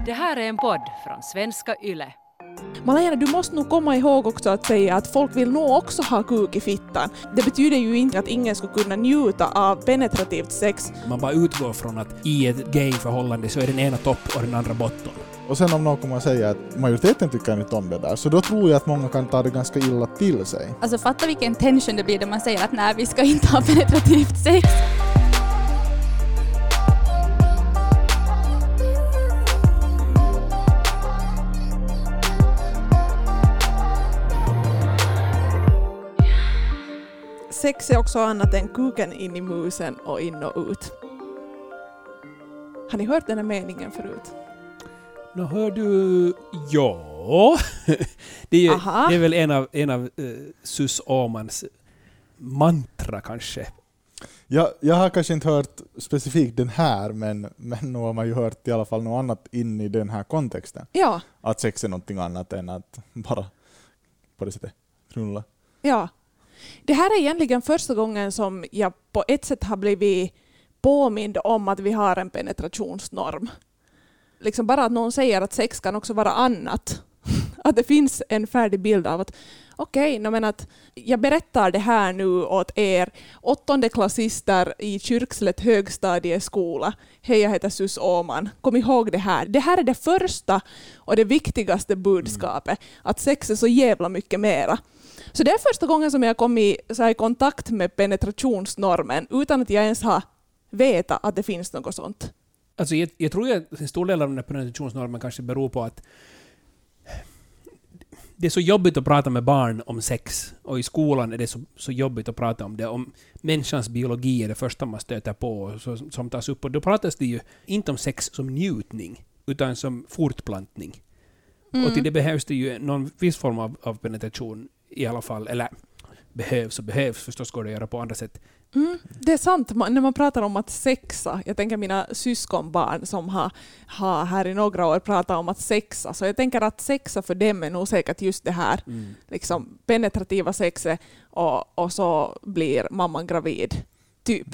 Det här är en podd från Svenska Yle. Malena, du måste nog komma ihåg också att säga att folk vill nog också ha kuk i fittan. Det betyder ju inte att ingen skulle kunna njuta av penetrativt sex. Man bara utgår från att i ett gay-förhållande så är den ena topp och den andra botten. Och sen om någon kommer att säga att majoriteten tycker inte om det där, så då tror jag att många kan ta det ganska illa till sig. Alltså fatta vilken tension det blir när man säger att nej, vi ska inte ha penetrativt sex. Sex är också annat än kuken in i musen och in och ut. Har ni hört den här meningen förut? Nå hör du... Ja. Det är väl en av Sus Åhmans mantra kanske. Jag har kanske inte hört specifikt den här, men nu har man ju hört i alla fall något annat in i den här kontexten. Ja. Att sex är någonting annat än att bara på det sättet knulla. Ja. Det här är egentligen första gången som jag på ett sätt har blivit påmind om att vi har en penetrationsnorm. Liksom bara att någon säger att sex kan också vara annat. Att det finns en färdig bild av att att jag berättar det här nu åt er 8:e-klassister i Kyrkslätt högstadieskola. Hej, jag heter Sus Åhman. Kom ihåg det här. Det här är det första och det viktigaste budskapet. Att sex är så jävla mycket mera. Så det är första gången som jag kom i kontakt med penetrationsnormen utan att jag ens har vetat att det finns något sånt. Alltså jag tror att en stor del av den här penetrationsnormen kanske beror på att det är så jobbigt att prata med barn om sex, och i skolan är det så jobbigt att prata om det. Om människans biologi är det första man stöter på som tas upp, och då pratas det ju inte om sex som njutning utan som fortplantning. Och till det behövs det ju någon viss form av penetration i alla fall, eller behövs, förstås går det att göra på andra sätt. Det är sant, när man pratar om att sexa, jag tänker mina syskonbarn som har här i några år pratat om att sexa, så jag tänker att sexa för dem är nog säkert just det här liksom penetrativa sexet och så blir mamman gravid, typ.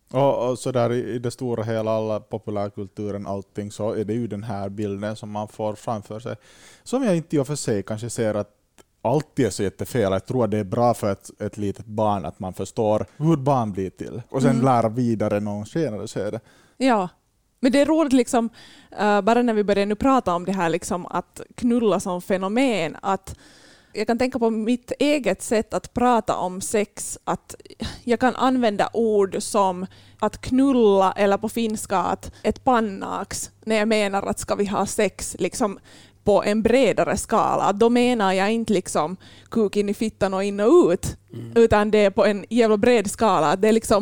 Och så där i det stora hela, alla populärkulturen, allting, så är det ju den här bilden som man får framför sig. Som jag inte i och för sig kanske ser att alltid är så jättefel. Jag tror att det är bra för ett litet barn att man förstår hur barn blir till. Och sen lära vidare någon senare ser det. Ja, men det är roligt liksom, bara när vi börjar nu prata om det här liksom, att knulla som fenomen, att jag kan tänka på mitt eget sätt att prata om sex, att jag kan använda ord som att knulla eller på finska att ett pannaks när jag menar att ska vi ha sex liksom på en bredare skala. Då menar jag inte liksom kuk in i fittan och in och ut, utan det är på en jävla bred skala. Det är liksom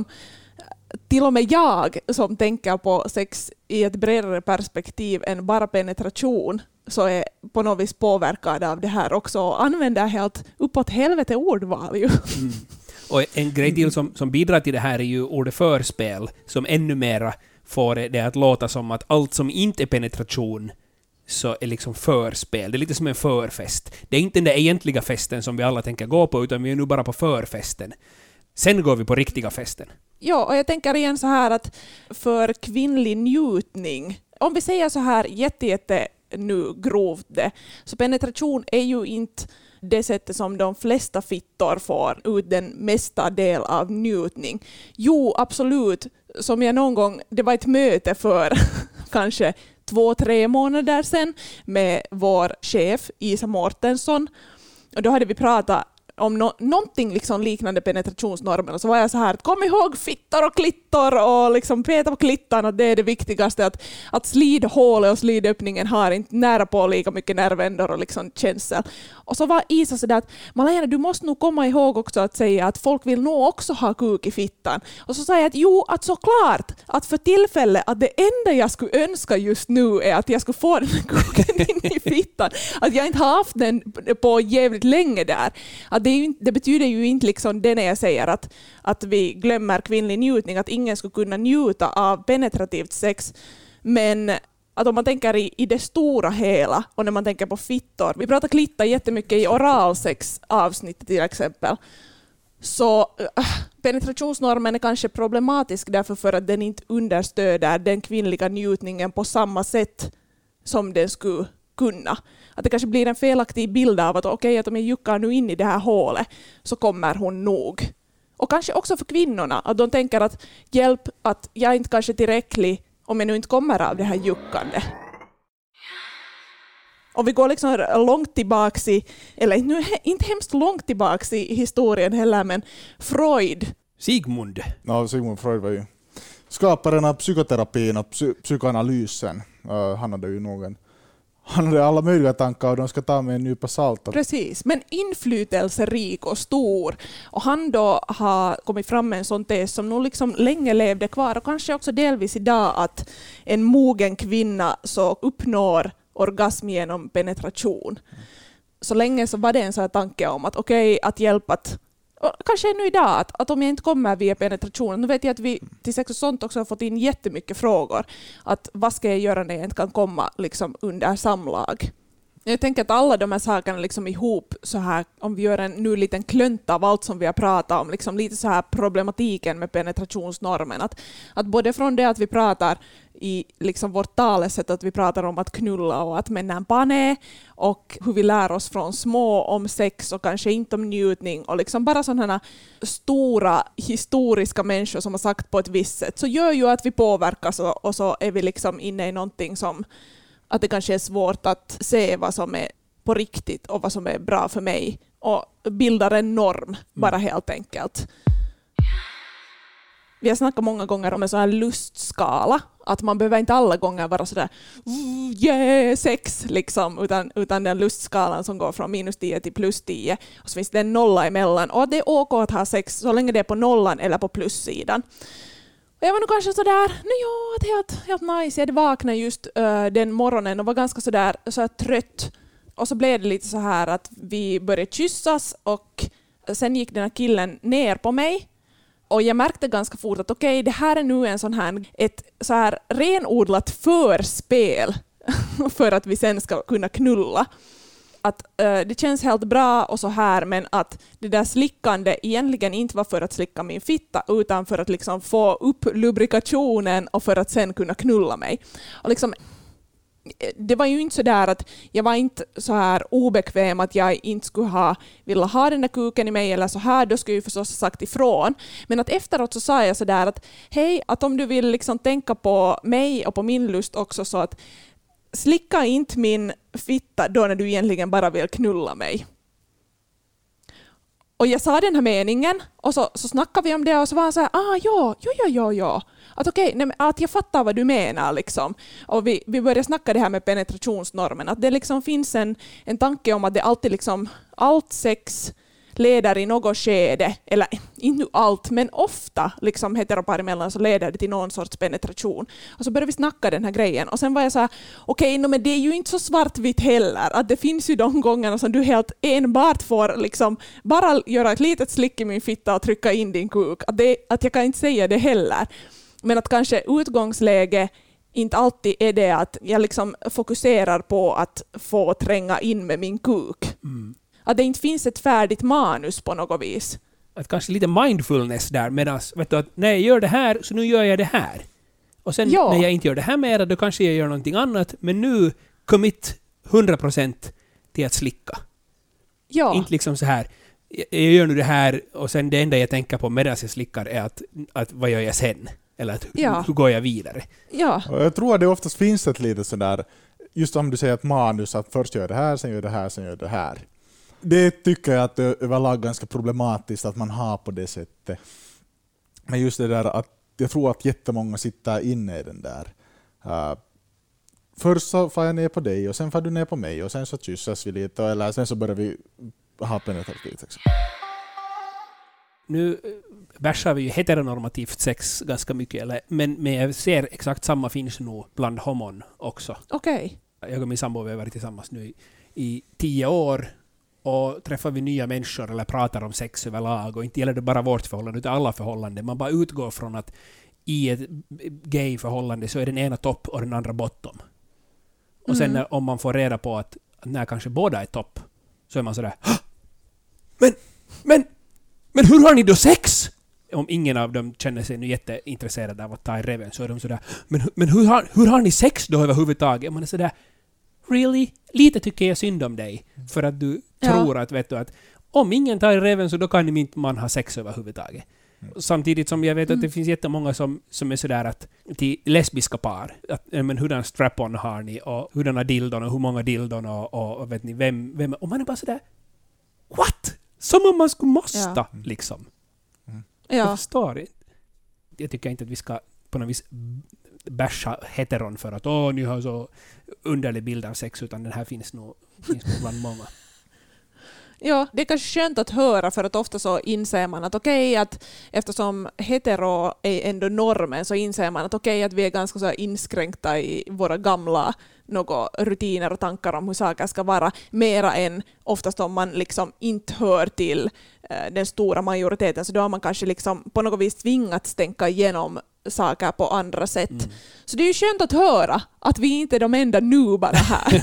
till och med jag som tänker på sex i ett bredare perspektiv än bara penetration, så är på något vis påverkad av det här också och använder helt uppåt helvete ordval ju. Och en grej till som bidrar till det här är ju ordet förspel, som ännu mera får det att låta som att allt som inte är penetration så är liksom förspel. Det är lite som en förfest. Det är inte den där egentliga festen som vi alla tänker gå på, utan vi är nu bara på förfesten. Sen går vi på riktiga festen. Ja, och jag tänker igen så här att för kvinnlig njutning, om vi säger så här jätte nu grovt det, så penetration är ju inte det sättet som de flesta fittor får ut den mesta del av njutning. Jo, absolut. Som jag någon gång, det var ett möte för kanske 2-3 månader sedan med vår chef Isa Mårtensson. Och då hade vi pratat om någonting liksom liknande penetrationsnormen. Och så var jag så här att kom ihåg fittor och klittor och liksom peta på klittan, att det är det viktigaste. Att slidhålet och slidöppningen har inte nära på lika mycket nervändor och liksom känsel. Och så var Isa så där att Malena, du måste nog komma ihåg också att säga att folk vill nog också ha kuk i fittan. Och så sa jag att jo, att såklart att för tillfället att det enda jag skulle önska just nu är att jag skulle få den kuken in i fittan. Att jag inte har haft den på jävligt länge där. Att det betyder ju inte liksom det när jag säger att vi glömmer kvinnlig njutning, att ingen skulle kunna njuta av penetrativt sex. Men att om man tänker i det stora hela och när man tänker på fittor, vi pratar klitta jättemycket i oralsex-avsnittet till exempel, så penetrationsnormen är kanske problematisk därför för att den inte understöder den kvinnliga njutningen på samma sätt som den skulle kunna. Att det kanske blir en felaktig bild av att okej, att om jag juckar nu in i det här hålet så kommer hon nog. Och kanske också för kvinnorna, att de tänker att hjälp, att jag är inte kanske tillräcklig om jag nu inte kommer av det här juckande. Om vi går liksom långt tillbaka eller nu inte hemskt långt tillbaka i historien heller, men Freud. Sigmund. Ja, Sigmund Freud var ju skaparen av psykoterapin och psykoanalysen. Han hade ju han hade alla möjliga tankar och de ska ta med en nypa salt. Precis, men inflytelserik och stor. Och han då har kommit fram med en sån tes som nog liksom länge levde kvar och kanske också delvis idag, att en mogen kvinna så uppnår orgasm genom penetration. Så länge så var det en sån här tanke om att okej, att hjälpa att kanske ännu idag, att om jag inte kommer via penetration, nu vet jag att vi till Sex och sånt också har fått in jättemycket frågor, att vad ska jag göra när jag inte kan komma liksom under samlag. Jag tänker att alla de här sakerna liksom ihop så här, om vi gör en nu liten klönt av allt som vi har pratat om, liksom lite så här problematiken med penetrationsnormen, att både från det att vi pratar i liksom vårt talesätt, att vi pratar om att knulla och att männen pane, och hur vi lär oss från små om sex och kanske inte om njutning, och liksom bara sådana stora historiska människor som har sagt på ett visst sätt, så gör ju att vi påverkas och så är vi liksom inne i någonting som att det kanske är svårt att se vad som är på riktigt och vad som är bra för mig, och bildar en norm bara helt enkelt. Vi har snackat många gånger om en sån här lustskala, att man behöver inte alla gånger vara sådär sex liksom, utan den lustskalan som går från -10 till +10, och så finns det en nolla emellan, och det är OK att ha sex så länge det är på nollan eller på plussidan. Jag var nog kanske sådär, helt nice. Jag hade vaknat just den morgonen och var ganska så här trött. Och så blev det lite så här att vi började kyssas, och sen gick den här killen ner på mig. Och jag märkte ganska fort att okej, det här är nu ett så här renodlat förspel för att vi sen ska kunna knulla. Att det känns helt bra och så här, men att det där slickande egentligen inte var för att slicka min fitta, utan för att liksom få upp lubrikationen och för att sen kunna knulla mig. Och liksom, det var ju inte så där att jag var inte så här obekväm att jag inte skulle vilja ha den där kuken i mig eller så här, då skulle jag ju förstås ha sagt ifrån. Men att efteråt så sa jag så där att hej, att om du vill liksom tänka på mig och på min lust också, så att slicka inte min fitta då när du egentligen bara vill knulla mig. Och jag sa den här meningen, och så snackade vi om det, och så var han så här, ja. Att okej, att jag fattar vad du menar liksom. Och vi började snacka det här med penetrationsnormen, att det liksom finns en tanke om att det alltid liksom, allt sex leder i något skede, eller inte nu allt, men ofta liksom heteropar emellan så leder det till någon sorts penetration. Och så började vi snacka den här grejen, och sen var jag så här, okej, men det är ju inte så svartvitt heller, att det finns ju de gångerna som du helt enbart får liksom bara göra ett litet slick i min fitta och trycka in din kuk, att jag kan inte säga det heller, men att kanske utgångsläge inte alltid är det att jag liksom fokuserar på att få tränga in med min kuk. Att det inte finns ett färdigt manus på något vis. Att kanske lite mindfulness där, medan vet du, att när jag gör det här så nu gör jag det här. Och sen när jag inte gör det här mer, då kanske jag gör någonting annat, men nu commit 100% till att slicka. Ja. Inte liksom så här, jag gör nu det här och sen det enda jag tänker på medan jag slickar är att vad gör jag sen? Eller att hur går jag vidare? Ja. Och jag tror att det oftast finns ett lite sådär, just om du säger ett manus, att först gör det här, sen gör det här, sen gör det här. Det tycker jag att det är överlag ganska problematiskt att man har på det sättet. Men just det där att jag tror att jättemånga sitter inne i den där. Först så får jag ner på dig och sen får du ner på mig och sen så kyssas vi lite, eller sen så börjar vi ha penetrativt. Nu bärsar vi ju heteronormativt sex ganska mycket, men jag ser exakt samma finns nog bland homon också. Okej. Jag och min sambo har varit tillsammans nu i 10 år. Och träffar vi nya människor eller pratar om sex överlag, och inte gäller det bara vårt förhållande utan alla förhållanden. Man bara utgår från att i ett gay-förhållande så är den ena topp och den andra bottom. Och sen om man får reda på att när kanske båda är topp, så är man sådär men hur har ni då sex? Om ingen av dem känner sig nu jätteintresserad av att ta i reven, så är de sådär men hur har ni sex då överhuvudtaget? Man är sådär, really? Lite tycker jag synd om dig. För att du tror att, vet du, att om ingen tar i reven så då kan inte man ha sex överhuvudtaget. Samtidigt som jag vet att det finns jättemånga som är sådär att till lesbiska par, att men hurdan strap-on har ni och hurdana dildon och hur många dildon och vet ni vem och man är bara sådär what? Som om man skulle måste liksom. Jag förstår inte. Jag tycker inte att vi ska på något vis basha heteron för att ni har så underlig bild av sex, utan den här finns nog bland många. Ja, det är kanske skönt att höra, för att ofta så inser man att att eftersom hetero är ändå normen, så inser man att att vi är ganska så inskränkta i våra gamla rutiner och tankar om hur saker ska vara, mera än oftast om man liksom inte hör till den stora majoriteten, så då har man kanske liksom på något vis tvingats tänka igenom saker på andra sätt. Så det är ju skönt att höra att vi inte är de enda nu bara här.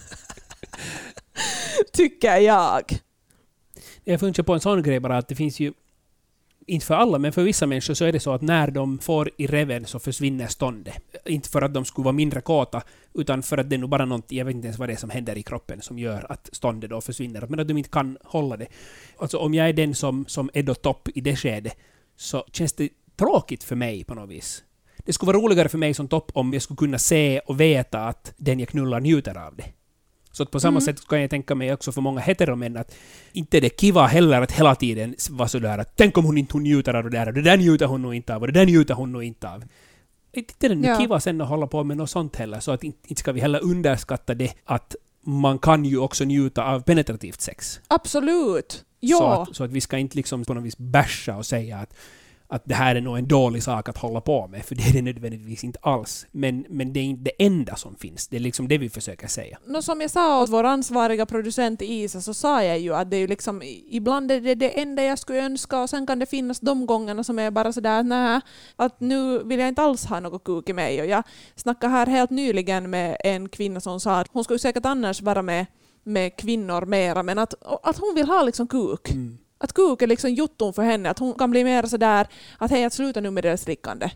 Tycker jag. Jag funderar på en sån grej bara, att det finns ju, inte för alla, men för vissa människor så är det så att när de får i reven så försvinner ståndet. Inte för att de skulle vara mindre kåta, utan för att det är nog bara något, jag vet inte ens vad det är som händer i kroppen som gör att ståndet då försvinner, men att de inte kan hålla det. Alltså om jag är den som är då topp i det skedet, så känns det tråkigt för mig på något vis. Det skulle vara roligare för mig som topp om jag skulle kunna se och veta att den jag knullar njuter av det. Så att på samma sätt kan jag tänka mig också för många heteromän att inte det kiva heller att hela tiden vara sådär att tänk om hon inte njuter av det där njuter hon nog inte av och det där njuter hon nog inte av. Inte det kiva sen att hålla på med något sånt heller, så att inte ska vi heller underskatta det att man kan ju också njuta av penetrativt sex. Absolut. Ja. Så att vi ska inte liksom på något vis basha och säga att det här är nog en dålig sak att hålla på med, för det är det nödvändigtvis inte alls. Men det är inte det enda som finns. Det är liksom det vi försöker säga. Som jag sa åt vår ansvariga producent Isa, så sa jag ju att det är ju liksom, ibland är det enda jag skulle önska, och sen kan det finnas de gångerna som är bara sådär nej, att nu vill jag inte alls ha något kuk i mig. Och jag snackade här helt nyligen med en kvinna som sa att hon skulle säkert annars vara med kvinnor mera, men att hon vill ha liksom kuk. Att kuk är liksom jutton för henne. Att hon kan bli mer sådär att hej, att sluta nu med det slickande.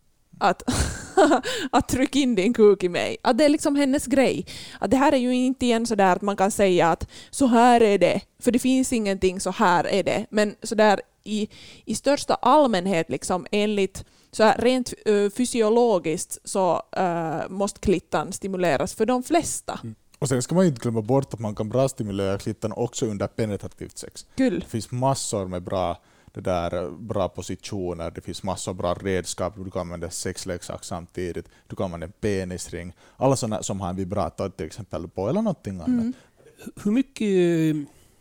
Att trycka in din kuk i mig. Att det är liksom hennes grej. Att det här är ju inte igen sådär att man kan säga att så här är det. För det finns ingenting, så här är det. Men sådär i största allmänhet liksom enligt så här, rent fysiologiskt så måste klittan stimuleras för de flesta. Och sen ska man ju inte glömma bort att man kan bra stimulera klittan också under penetrativt sex. Kul. Det finns massor med bra positioner, det finns massor bra redskap, du kan använda sexleksak samtidigt, du kan använda en penisring, alla sådana som har en vibrator till exempel på eller någonting annat. Hur mycket...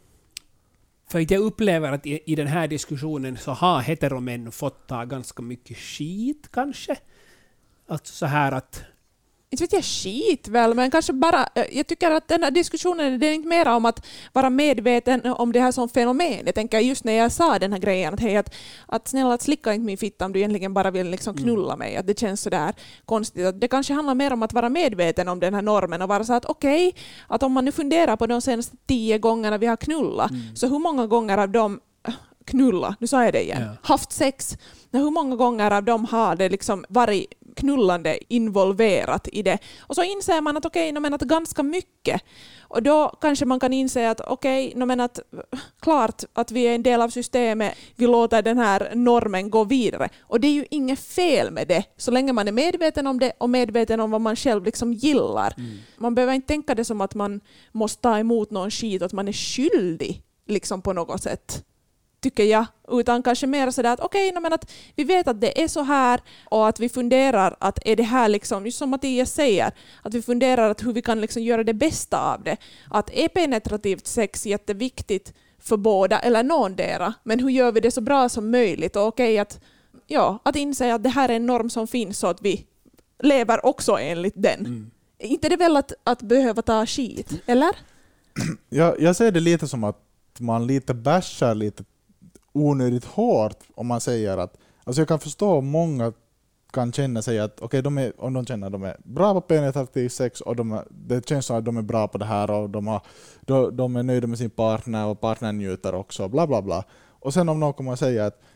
För jag upplever att i den här diskussionen så har heteromän fått ta ganska mycket skit kanske. Alltså så här att... Inte vet jag skit väl, men kanske bara, jag tycker att den här diskussionen, det är inte mer om att vara medveten om det här som fenomen. Jag tänker just när jag sa den här grejen att hej, att snälla att slicka inte min fitta om du egentligen bara vill liksom knulla mig. Att det känns sådär konstigt. Att det kanske handlar mer om att vara medveten om den här normen och vara så att okej, att om man nu funderar på de senaste 10 gångerna vi har knullat, så hur många gånger av dem knulla, nu sa jag det igen, haft sex, hur många gånger av dem har det liksom varit knullande involverat i det. Och så inser man att att ganska mycket. Och då kanske man kan inse att att klart att vi är en del av systemet, vi låter den här normen gå vidare. Och det är ju inget fel med det, så länge man är medveten om det och medveten om vad man själv liksom gillar. Man behöver inte tänka det som att man måste ta emot någon skit, att man är skyldig liksom på något sätt. Tycker jag, utan kanske mer sådär att att vi vet att det är så här och att vi funderar att är det här liksom, just som Mattias säger, att vi funderar att hur vi kan liksom göra det bästa av det. Att är penetrativt sex jätteviktigt för båda eller någondera, men hur gör vi det så bra som möjligt och att inse att det här är en norm som finns så att vi lever också enligt den. Inte det väl att behöva ta skit, eller? Jag ser det lite som att man lite bashar lite onödigt hårt om man säger att, alltså jag kan förstå om många kan känna sig att om de känner att de är bra på penetrativ sex och det känns som att de är bra på det här och de är nöjda med sin partner och partnern njuter också, bla bla bla. Och sen om någon kommer att säga att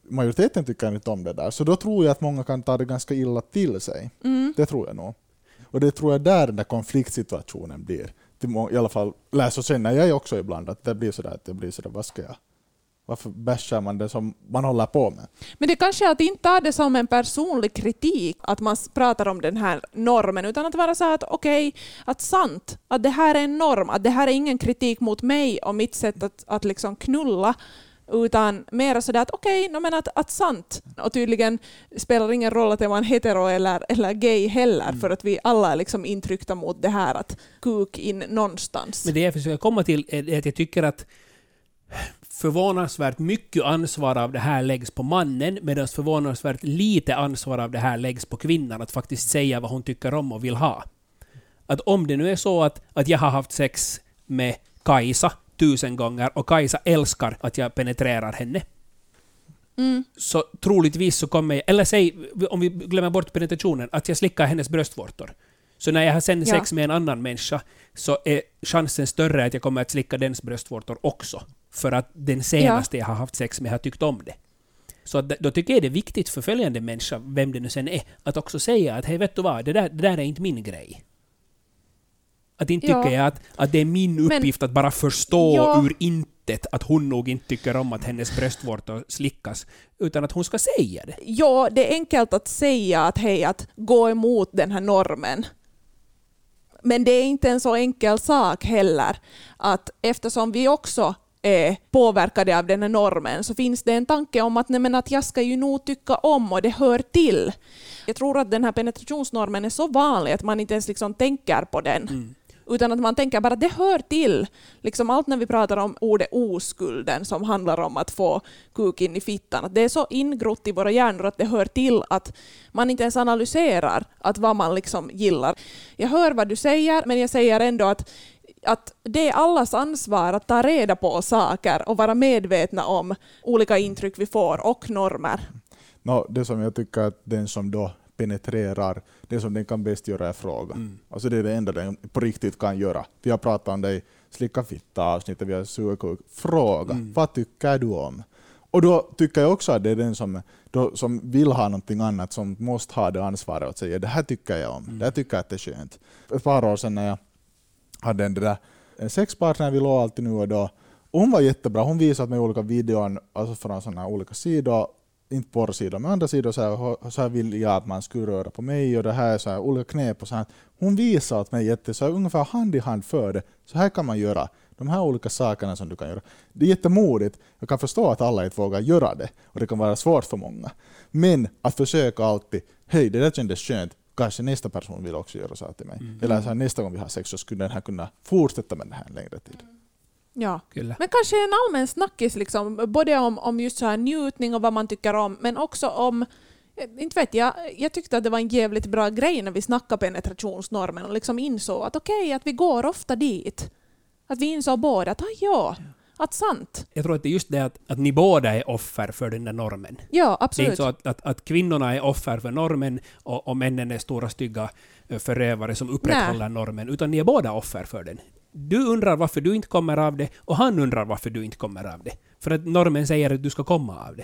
majoriteten tycker inte om det där, så då tror jag att många kan ta det ganska illa till sig. Det tror jag nog. Och det tror jag där den där konfliktsituationen blir. I alla fall läs och känner jag också ibland att det blir sådär, vad ska jag? Varför bäschar man det som man håller på med? Men det kanske är att inte ta det som en personlig kritik att man pratar om den här normen, utan att vara så här att okej, att sant, att det här är en norm, att det här är ingen kritik mot mig och mitt sätt att liksom knulla, utan mer sådär att okej, men att sant. Och tydligen spelar ingen roll att det var en hetero eller gay heller, för att vi alla är liksom intryckta mot det här att kuk in någonstans. Men det jag försöker komma till är att jag tycker att förvånansvärt mycket ansvar av det här läggs på mannen, medan förvånansvärt lite ansvar av det här läggs på kvinnan att faktiskt säga vad hon tycker om och vill ha. Att om det nu är så att jag har haft sex med Kajsa 1000 gånger och Kajsa älskar att jag penetrerar henne, så troligtvis så kommer jag, eller säg, om vi glömmer bort penetrationen, att jag slickar hennes bröstvårtor. Så när jag har sen sex med en annan människa så är chansen större att jag kommer att slicka dens bröstvårtor också. För att den senaste jag har haft sex med har tyckt om det. Så då tycker jag det är viktigt för följande människa, vem det nu sen är, att också säga att hej, vet du vad, det där är inte min grej. Att inte tycker jag att det är min uppgift att bara förstå ur intet att hon nog inte tycker om att hennes bröstvårtor slickas, utan att hon ska säga det. Ja, det är enkelt att säga att hej, att gå emot den här normen. Men det är inte en så enkel sak heller, att eftersom vi också är påverkade av den här normen så finns det en tanke om att, nej, men att jag ska ju nog tycka om och det hör till. Jag tror att den här penetrationsnormen är så vanlig att man inte ens liksom tänker på den. Utan att man tänker bara att det hör till. Liksom allt när vi pratar om ordet oskulden som handlar om att få kuk in i fittan. Att det är så ingrott i våra hjärnor att det hör till att man inte ens analyserar att vad man liksom gillar. Jag hör vad du säger, men jag säger ändå att det är allas ansvar att ta reda på saker och vara medvetna om olika intryck vi får och normer. Det som jag tycker att den som då penetrerar, det som den kan bäst göra är fråga. Alltså det är det enda den på riktigt kan göra. Vi har pratat om dig, slicka fitta avsnittet, vi har sugkuk. Fråga, vad tycker du om? Och då tycker jag också att det är den som vill ha någonting annat som måste ha det ansvaret att säga det här tycker jag om, det här tycker jag att det är skönt. Ett par år sedan när jag hade en sexpartner, vi låg alltid nu och då. Och hon var jättebra, hon visade mig olika videor alltså från sådana olika sidor, inte porrsidor, men andra sidor så här vill jag att man skulle röra på mig och det här så här olika knep och så här. Hon visade åt mig så här, ungefär hand i hand för det. Så här kan man göra. De här olika sakerna som du kan göra. Det är jättemodigt. Jag kan förstå att alla inte vågar göra det och det kan vara svårt för många. Men att försöka alltid, hej, det där kändes skönt. Kanske nästa person vill också göra så här till mig. Eller så här, nästa gång vi har sex så skulle den här kunna fortsätta med det här en längre tid. Ja, Kyllä. Men kanske en allmän snackis liksom, både om just så här njutning och vad man tycker om, men också om, inte vet jag tyckte att det var en jävligt bra grej när vi snackade penetrationsnormen och liksom insåg att okej, att vi går ofta dit. Att vi insåg båda att att sant. Jag tror att det är just det att ni båda är offer för den där normen. Ja, absolut. Det är inte så att kvinnorna är offer för normen och männen är stora stygga förövare som upprätthåller normen, utan ni är båda offer för den. Du undrar varför du inte kommer av det och han undrar varför du inte kommer av det. För att normen säger att du ska komma av det.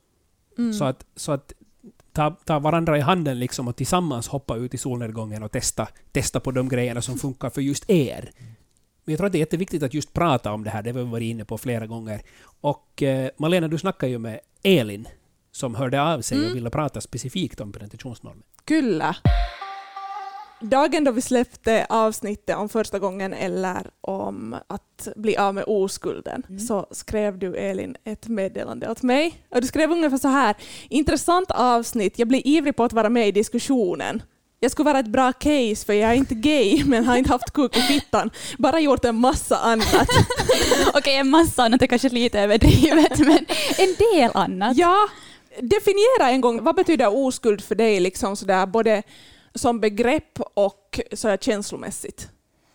Så att ta varandra i handen liksom och tillsammans hoppa ut i solnedgången och testa på de grejerna som funkar för just er. Men jag tror att det är jätteviktigt att just prata om det här. Det har vi varit inne på flera gånger. Och Malena, du snackade ju med Elin som hörde av sig och ville prata specifikt om penetrationsnormen. Kyllä. Dagen då vi släppte avsnittet om första gången eller om att bli av med oskulden så skrev du, Elin, ett meddelande åt mig. Och du skrev ungefär så här: intressant avsnitt, jag blir ivrig på att vara med i diskussionen. Jag skulle vara ett bra case för jag är inte gay men har inte haft kuk i fittan. Bara gjort en massa annat. Okej, en massa annat är kanske lite överdrivet, men en del annat. Ja, definiera en gång, vad betyder oskuld för dig liksom sådär, både som begrepp och så känslomässigt?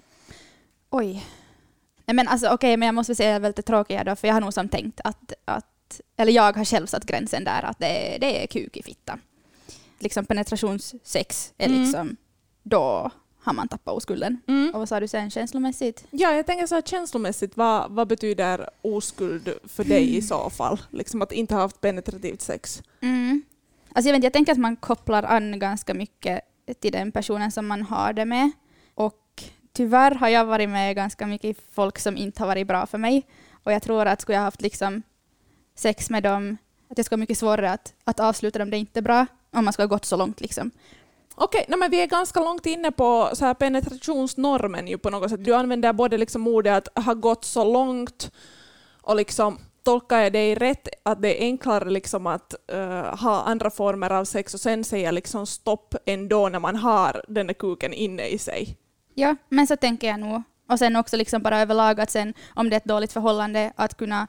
Oj. Nej, men alltså okej, men jag måste säga väldigt tråkigt då, för jag har nog som tänkt att eller jag har själv satt gränsen där att det är kuk i fitta. Liksom penetrationssex är liksom då har man tappat oskulden. Och vad sa du sen känslomässigt? Ja, jag tänker så här känslomässigt, vad betyder oskuld för dig i så fall? Liksom att inte ha haft penetrativt sex. Alltså jag tänker att man kopplar an ganska mycket till den personen som man har det med. Och tyvärr har jag varit med ganska mycket folk som inte har varit bra för mig. Och jag tror att skulle jag haft liksom sex med dem, att det ska vara mycket svårare att avsluta om det inte är bra, om man ska ha gått så långt liksom. Okej, men vi är ganska långt inne på så här penetrationsnormen ju på något sätt. Du använder både liksom ordet att ha gått så långt och liksom tolkar jag dig rätt att det är enklare liksom att ha andra former av sex och sen säga liksom stopp ändå när man har den där kuken inne i sig. Ja, men så tänker jag nog. Och sen också liksom bara överlag att sen om det är ett dåligt förhållande att kunna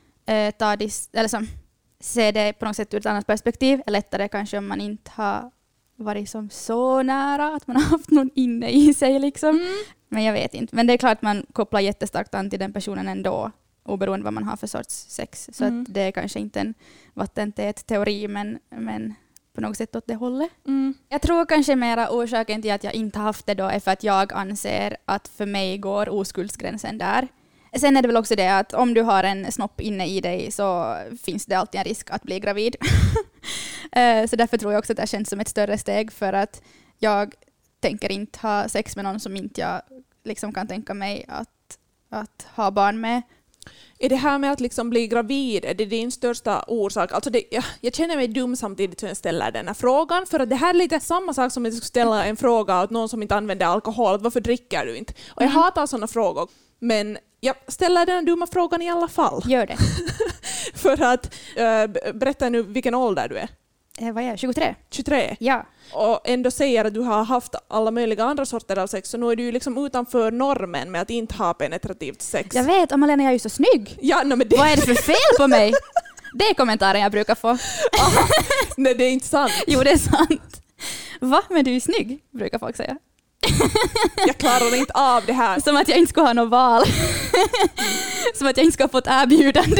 se det på något sätt ur ett annat perspektiv är lättare kanske om man inte har varit som så nära att man har haft någon inne i sig liksom. Men jag vet inte. Men det är klart att man kopplar jättestarkt an till den personen ändå oberoende vad man har för sorts sex. Så att det är kanske inte en vattentät teori men på något sätt åt det hållet. Jag tror kanske mera orsaken till att jag inte haft det då är för att jag anser att för mig går oskuldsgränsen där. Sen är det väl också det att om du har en snopp inne i dig så finns det alltid en risk att bli gravid. Så därför tror jag också att det känns som ett större steg för att jag tänker inte ha sex med någon som inte jag liksom kan tänka mig att ha barn med. Är det här med att liksom bli gravid, är det din största orsak? Alltså jag känner mig dum samtidigt som jag ställer den här frågan, för att det här är lite samma sak som att jag skulle ställa en fråga åt någon som inte använder alkohol. Varför dricker du inte? Och jag hatar sådana frågor. Men jag ställer den dumma frågan i alla fall. Gör det. För att berätta nu vilken ålder du är. Vad är jag? 23? 23? Ja. Och ändå säger att du har haft alla möjliga andra sorter av sex, så nu är du ju liksom utanför normen med att inte ha penetrativt sex. Jag vet, och Malena, jag är ju så snygg. Ja, men det... Vad är det för fel på mig? Det är kommentaren jag brukar få. Nej, det är inte sant. Jo, det är sant. Va? Men du är snygg, brukar folk säga. Jag klarar inte av det här. Som att jag inte skulle ha något val. Som att jag inte skulle ha fått erbjudande.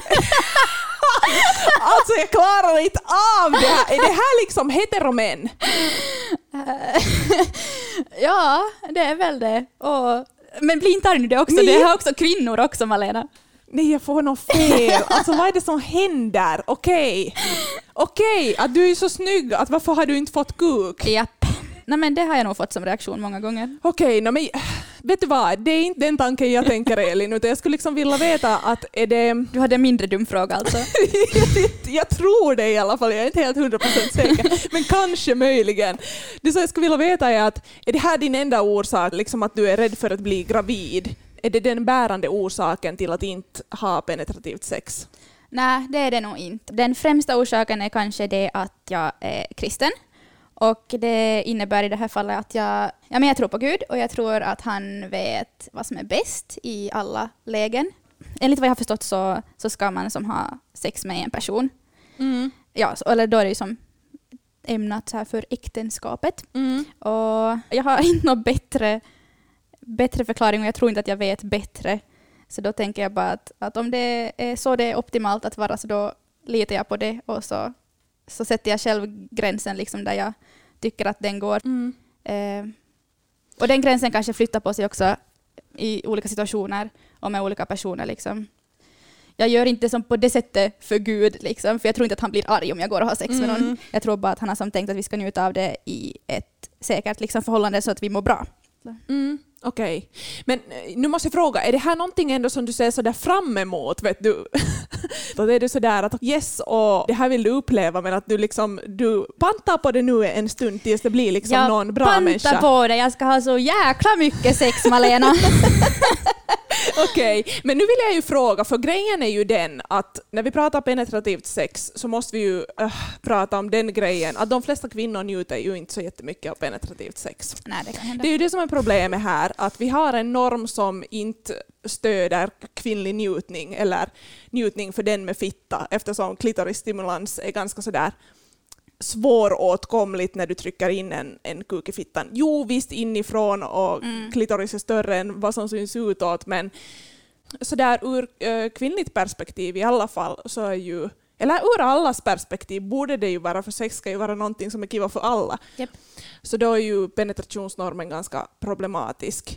Alltså jag klarar inte av det här. Är det här liksom heteromän? Ja, det är väl det. Men bli inte arg nu det också. Nej. Det har också kvinnor också, Malena. Nej, jag får något fel. Alltså vad är det som händer? Okej, att du är så snygg. Att varför har du inte fått kuk? Japp. Nej, men det har jag nog fått som reaktion många gånger. Okej, men vet du vad? Det är inte den tanken jag tänker, Elin. Utan jag skulle liksom vilja veta att är det... Du hade en mindre dum fråga alltså. Jag tror det i alla fall. Jag är inte helt 100% säker. Men kanske möjligen. Det som jag skulle vilja veta är att är det här din enda orsak? Liksom att du är rädd för att bli gravid? Är det den bärande orsaken till att inte ha penetrativt sex? Nej, det är det nog inte. Den främsta orsaken är kanske det att jag är kristen. Och det innebär i det här fallet att jag tror på Gud och jag tror att han vet vad som är bäst i alla lägen. Enligt vad jag har förstått så ska man som ha sex med en person. Ja, eller då är det ju som ämnat så här för äktenskapet. Och jag har inte något bättre förklaring och jag tror inte att jag vet bättre. Så då tänker jag bara att om det är så det är optimalt att vara så då litar jag på det och så sätter jag själv gränsen liksom där jag tycker att den går. Och den gränsen kanske flyttar på sig också i olika situationer och med olika personer. Liksom. Jag gör inte som på det sättet för Gud, liksom, för jag tror inte att han blir arg om jag går och har sex med någon. Jag tror bara att han har som tänkt att vi ska njuta av det i ett säkert liksom, förhållande så att vi mår bra. Okej. Men nu måste jag fråga, är det här någonting ändå som du ser så där fram emot, vet du? Då är det så där att yes, och det här vill du uppleva, men att du pantar på det nu en stund tills det blir liksom någon bra människa. Jag pantar på det, jag ska ha så jäkla mycket sex, Malena. Okej, men nu vill jag ju fråga, för grejen är ju den att när vi pratar penetrativt sex så måste vi ju prata om den grejen att de flesta kvinnor njuter ju inte så jättemycket av penetrativt sex. Nej, det kan hända. Det är ju det som är problemet här, att vi har en norm som inte stöder kvinnlig njutning eller njutning för den med fitta, eftersom klitorisstimulans är ganska sådär svåråtkomligt när du trycker in en kuk i fittan. Jo, visst inifrån och klitoris är större än vad som syns utåt, men så där ur kvinnligt perspektiv i alla fall så är ju, eller ur allas perspektiv borde det ju vara, för sex ska ju vara någonting som är kiva för alla. Yep. Så då är ju penetrationsnormen ganska problematisk.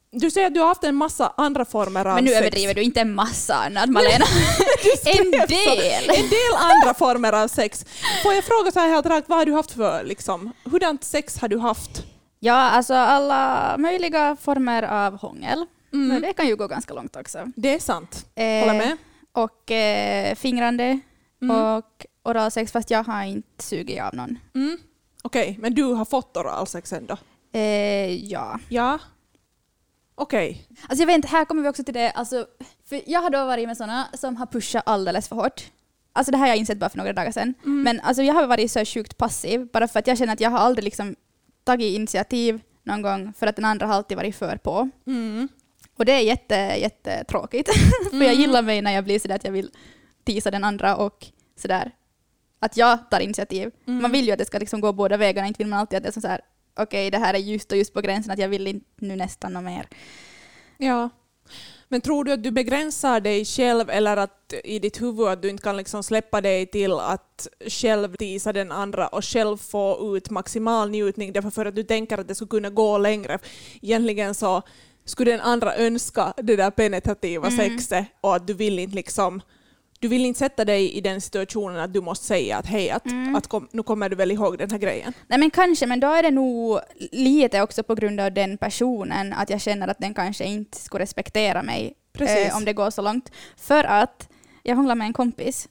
Du säger att du har haft en massa andra former av Men nu sex. överdriver du inte en massa annat, Malena. En del. En del andra former av sex. Får jag fråga så här helt rakt, vad har du haft för liksom? Hurdant sex har du haft? Ja, alltså alla möjliga former av hångel. Men det kan ju gå ganska långt också. Det är sant. Håller med. Och fingrande och oralsex, fast jag har inte sugit av någon. Okej, men du har fått oralsex ändå? Ja. Ja. Okej. Alltså jag vet inte, här kommer vi också till det. Alltså, för jag har då varit med såna som har pushat alldeles för hårt. Alltså det här har jag insett bara för några dagar sedan. Men alltså jag har varit så sjukt passiv bara för att jag känner att jag har aldrig liksom tagit initiativ någon gång för att den andra har alltid varit för på. Och det är jättetråkigt. För jag gillar mig när jag blir sådär att jag vill tisa den andra och sådär. Att jag tar initiativ. Man vill ju att det ska liksom gå båda vägarna. Inte vill man alltid att det är så här, okej, det här är just på gränsen att jag vill inte nu nästan något mer. Ja. Men tror du att du begränsar dig själv eller att i ditt huvud att du inte kan liksom släppa dig till att själv tisa den andra och själv få ut maximal njutning därför för att du tänker att det skulle kunna gå längre? Egentligen så skulle den andra önska det där penetrativa sexet och att du vill inte sätta dig i den situationen att du måste säga att hej, nu kommer du väl ihåg den här grejen. Nej men kanske, men då är det nog lite också på grund av den personen att jag känner att den kanske inte skulle respektera mig om det går så långt. För att jag hånglar med en kompis.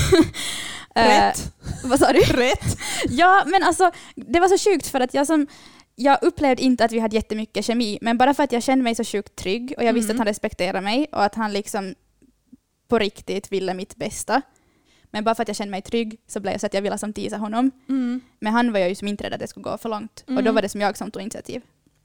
Rätt. Vad sa du? Rätt. Ja, men alltså det var så sjukt för att jag upplevde inte att vi hade jättemycket kemi, men bara för att jag kände mig så sjukt trygg och jag visste att han respekterade mig och att han liksom på riktigt ville mitt bästa. Men bara för att jag kände mig trygg så blev jag så att jag ville som tisa honom. Men han var ju som inte rädd att det skulle gå för långt. Och då var det som jag som tog initiativ.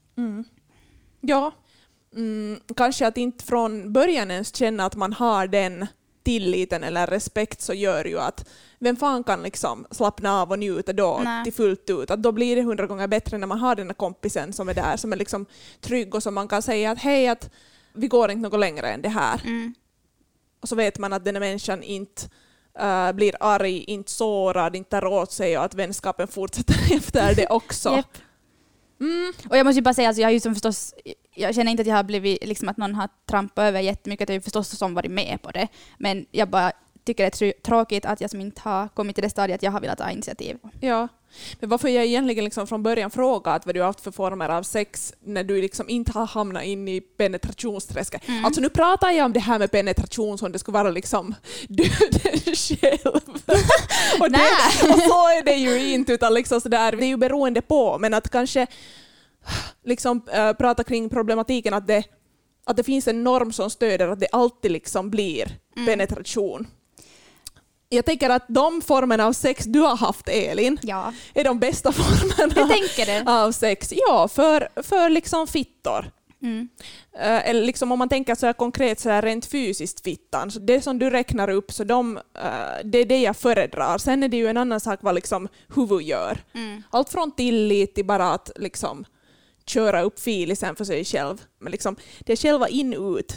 Ja. Kanske att inte från början ens känna att man har den tilliten eller respekt så gör ju att vem fan kan liksom slappna av och njuta då till fullt ut. Att då blir det 100 gånger bättre när man har den här kompisen som är där, som är liksom trygg och som man kan säga att hej, att vi går inte något längre än det här. Och så vet man att den här människan inte blir arg, inte sårad, inte tar åt sig och att vänskapen fortsätter efter det också. Yep. Och jag måste ju bara säga, alltså, jag har ju som förstås, jag känner inte att jag har blivit, liksom att någon har trampat över jättemycket, att jag har ju förstås som varit med på det. Men jag bara tycker det är tråkigt att jag som inte har kommit till det stadiet att jag har velat ta initiativ. Ja, men varför jag egentligen liksom från början frågat vad du har haft för former av sex när du liksom inte har hamnat in i penetrationsträsket. Alltså nu pratar jag om det här med penetration som det skulle vara liksom du den själv. och så är det ju inte, utan liksom sådär, det är ju beroende på, men att kanske liksom prata kring problematiken att det finns en norm som stöder att det alltid liksom blir penetration. Jag tänker att de formerna av sex du har haft, Elin, är de bästa formerna av sex. Ja, för liksom fittor. Eller liksom om man tänker så här konkret så här rent fysiskt fittan. Så det som du räknar upp, så det är det jag föredrar. Sen är det ju en annan sak vad liksom huvud gör. Allt från tillit till bara att liksom köra upp filisen för sig själv. Men liksom, det är själva in-ut.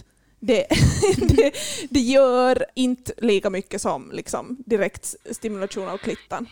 Det gör inte lika mycket som liksom direkt stimulation av klittan.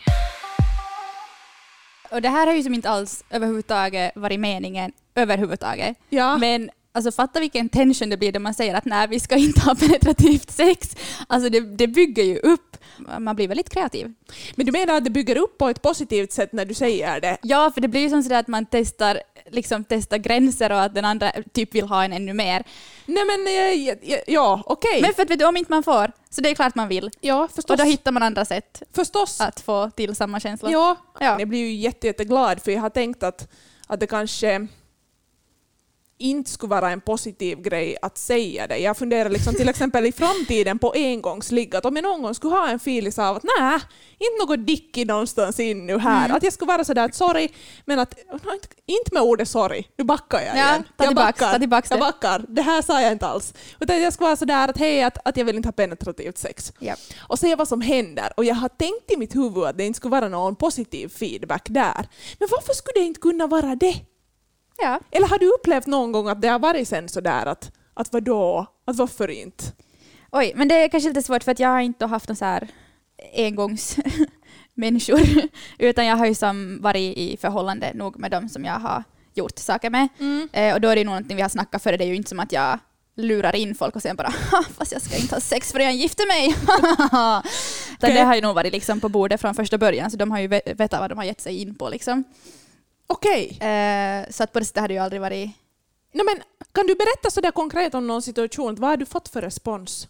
Och det här har ju som inte alls överhuvudtaget varit meningen överhuvudtaget. Ja. Men alltså fatta vilken tension det blir när man säger att nej, vi ska inte ha penetrativt sex. Alltså det bygger ju upp. Man blir väldigt kreativ. Men du menar att det bygger upp på ett positivt sätt när du säger det? Ja, för det blir ju som sådär att man testar gränser och att den andra typ vill ha en ännu mer. Nej men ja, okej. Men för att vet du, om inte man får, så det är klart man vill. Ja, förstås. Och då hittar man andra sätt förstås att få till samma känsla. Ja. Jag blir ju jätteglad för jag har tänkt att det kanske inte skulle vara en positiv grej att säga det. Jag funderar liksom till exempel i framtiden på engångsligg att om jag någon gång skulle ha en filis av att nej, inte något dick någonstans in nu här. Att jag skulle vara sådär att sorry, men att inte med ordet sorry. Nu backar jag igen. Jag backar. Det här sa jag inte alls. Utan jag skulle vara sådär att hej, att jag vill inte ha penetrativt sex. Yep. Och se vad som händer. Och jag har tänkt i mitt huvud att det inte skulle vara någon positiv feedback där. Men varför skulle det inte kunna vara det? Ja. Eller har du upplevt någon gång att det har varit sen sådär att vadå? Att varför inte? Oj, men det är kanske lite svårt för att jag har inte haft någon så här engångsmänniskor utan jag har ju som varit i förhållande nog med dem som jag har gjort saker med. Och då är det ju någonting vi har snackat för. Det är ju inte som att jag lurar in folk och sen bara fast jag ska inte ha sex för jag gifter mig. Okay. Det har ju nog varit liksom på bordet från första början, så de har ju vetat vad de har gett sig in på liksom. Okej. Så att på det sättet hade ju aldrig varit... Nej, men kan du berätta så där konkret om någon situation? Vad har du fått för respons?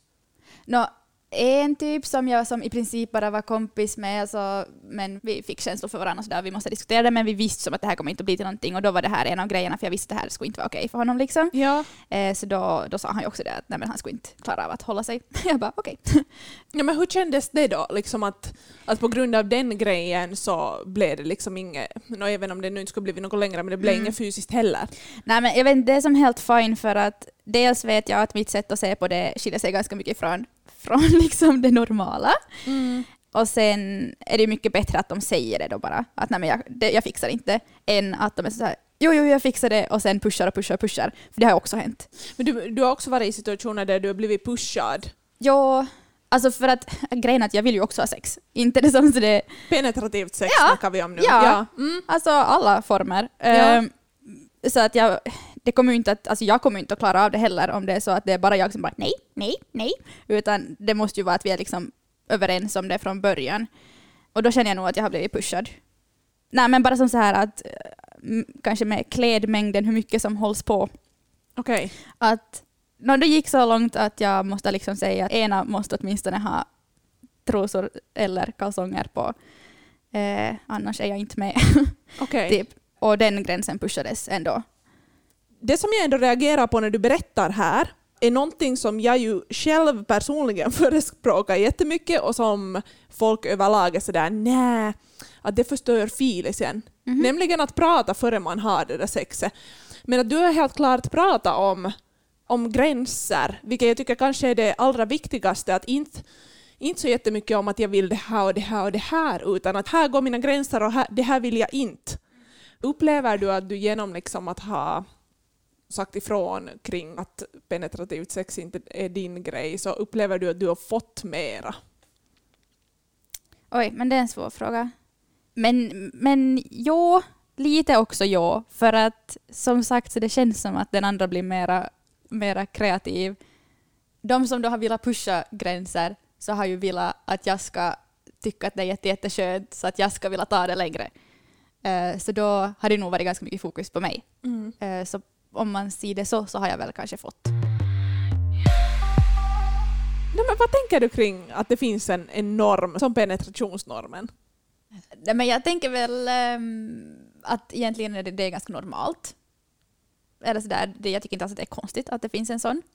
En typ som jag som i princip bara var kompis med, alltså, men vi fick känslor för varandra så där, vi måste diskutera det, men vi visste som att det här kommer inte att bli till någonting, och då var det här en av grejerna, för jag visste att det här skulle inte vara okej för honom liksom. Ja. Så då sa han ju också det, att nej, men han skulle inte klara av att hålla sig. Jag bara okej. Ja, men hur kändes det då? Liksom att på grund av den grejen så blev det liksom inget, även om det nu inte skulle bli något längre, men det blev inget fysiskt heller. Nej, men jag vet inte, det är som helt fine, för att dels vet jag att mitt sätt att se på det skiljer sig ganska mycket från liksom det normala. Och sen är det mycket bättre att de säger det då bara. Att nej, men jag fixar inte. Än att de är så här, jo, jag fixar det, och sen pushar. För det har också hänt. Men du har också varit i situationer där du har blivit pushad. Ja, alltså för att grejen är att jag vill ju också ha sex. Inte det som så det... Penetrativt sex snackar vi om nu. Ja. Alltså alla former. Ja. Så att jag kommer inte att klara av det heller om det är så att det är bara jag som bara nej. Utan det måste ju vara att vi är liksom överens om det från början. Och då känner jag nog att jag har blivit pushad. Nej, men bara som så här att kanske med klädmängden, hur mycket som hålls på. Okej. Att det gick så långt att jag måste liksom säga att ena måste åtminstone ha trosor eller kalsonger på. Annars är jag inte med. Okej. Typ. Och den gränsen pushades ändå. Det som jag ändå reagerar på när du berättar här är någonting som jag ju själv personligen förespråkar jättemycket, och som folk överlag är sådär, nej, att det förstör filisen. Nämligen att prata före man har det där sexet. Men att du har helt klart pratat om gränser, vilket jag tycker kanske är det allra viktigaste, att inte så jättemycket om att jag vill det här och det här och det här, utan att här går mina gränser och det här vill jag inte. Upplever du att du genom liksom att ha sagt ifrån kring att penetrativt sex inte är din grej, så upplever du att du har fått mera? Oj, men det är en svår fråga. Men jo, lite också jo. För att som sagt så det känns som att den andra blir mera kreativ. De som då har velat pusha gränser så har ju velat att jag ska tycka att det är jätteskönt, så att jag ska vilja ta det längre. Så då har det nog varit ganska mycket fokus på mig. Så om man ser det så har jag väl kanske fått. Nej, men vad tänker du kring att det finns en norm som penetrationsnormen? Nej, men jag tänker väl att egentligen är det ganska normalt. Eller så där, jag tycker inte alls att det är konstigt att det finns en sån.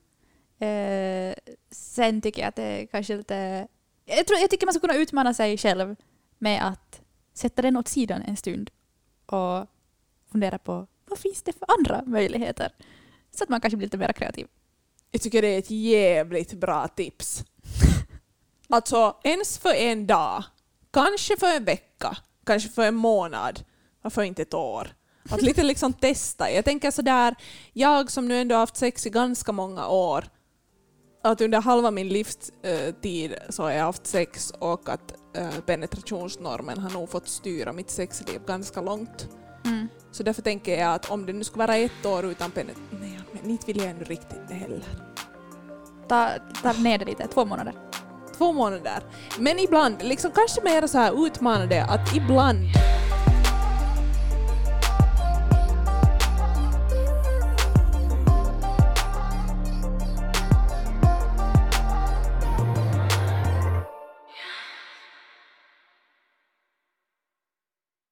Sen tycker jag att det är kanske lite... Jag tycker man ska kunna utmana sig själv med att sätta den åt sidan en stund och fundera på vad finns det för andra möjligheter, så att man kanske blir lite mer kreativ. Jag tycker det är ett jävligt bra tips. Alltså ens för en dag, kanske för en vecka, kanske för en månad, varför inte ett år. Att lite liksom testa. Jag tänker sådär, jag som nu ändå haft sex i ganska många år, att under halva min livstid så har jag haft sex, och att penetrationsnormen har nog fått styra mitt sexliv ganska långt. Så därför tänker jag att om det nu skulle vara 1 år utan penetration, nej, men inte vill jag ändå riktigt det heller. Ta ner det lite, 2 månader. 2 månader. Men ibland, liksom kanske mer så här utmanande, att ibland